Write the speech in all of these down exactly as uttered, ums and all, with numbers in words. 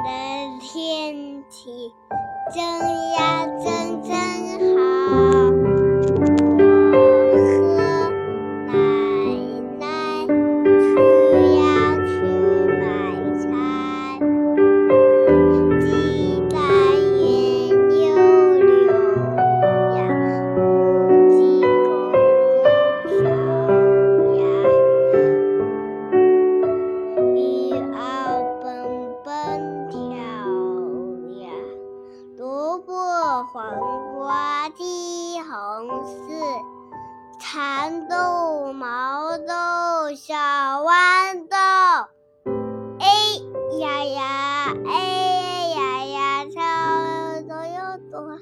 天气真呀真真好，我和奶奶去呀去买菜，鸡蛋也溜溜呀，母鸡狗狗叫呀，鱼儿蹦蹦跳呀，萝卜黄瓜地红柿，蚕豆毛豆小豌豆，哎呀呀哎呀呀，草豆有多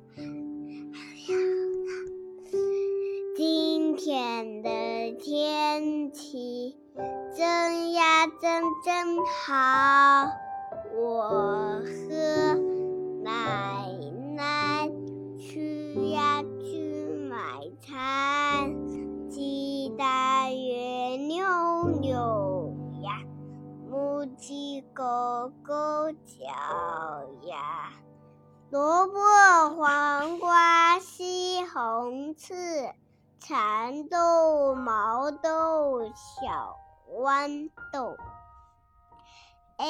今天的天气真呀真真好，我和奶奶去呀去买菜，鸡蛋也扭扭呀，母鸡狗狗叫呀，萝卜黄瓜西红柿，蚕豆毛豆小豌豆，哎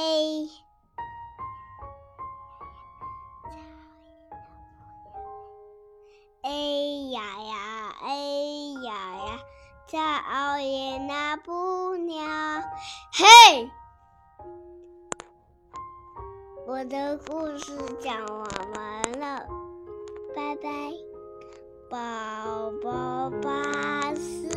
哎呀呀哎呀呀，早也那不鸟，嘿，我的故事讲完了，拜拜，宝宝巴士。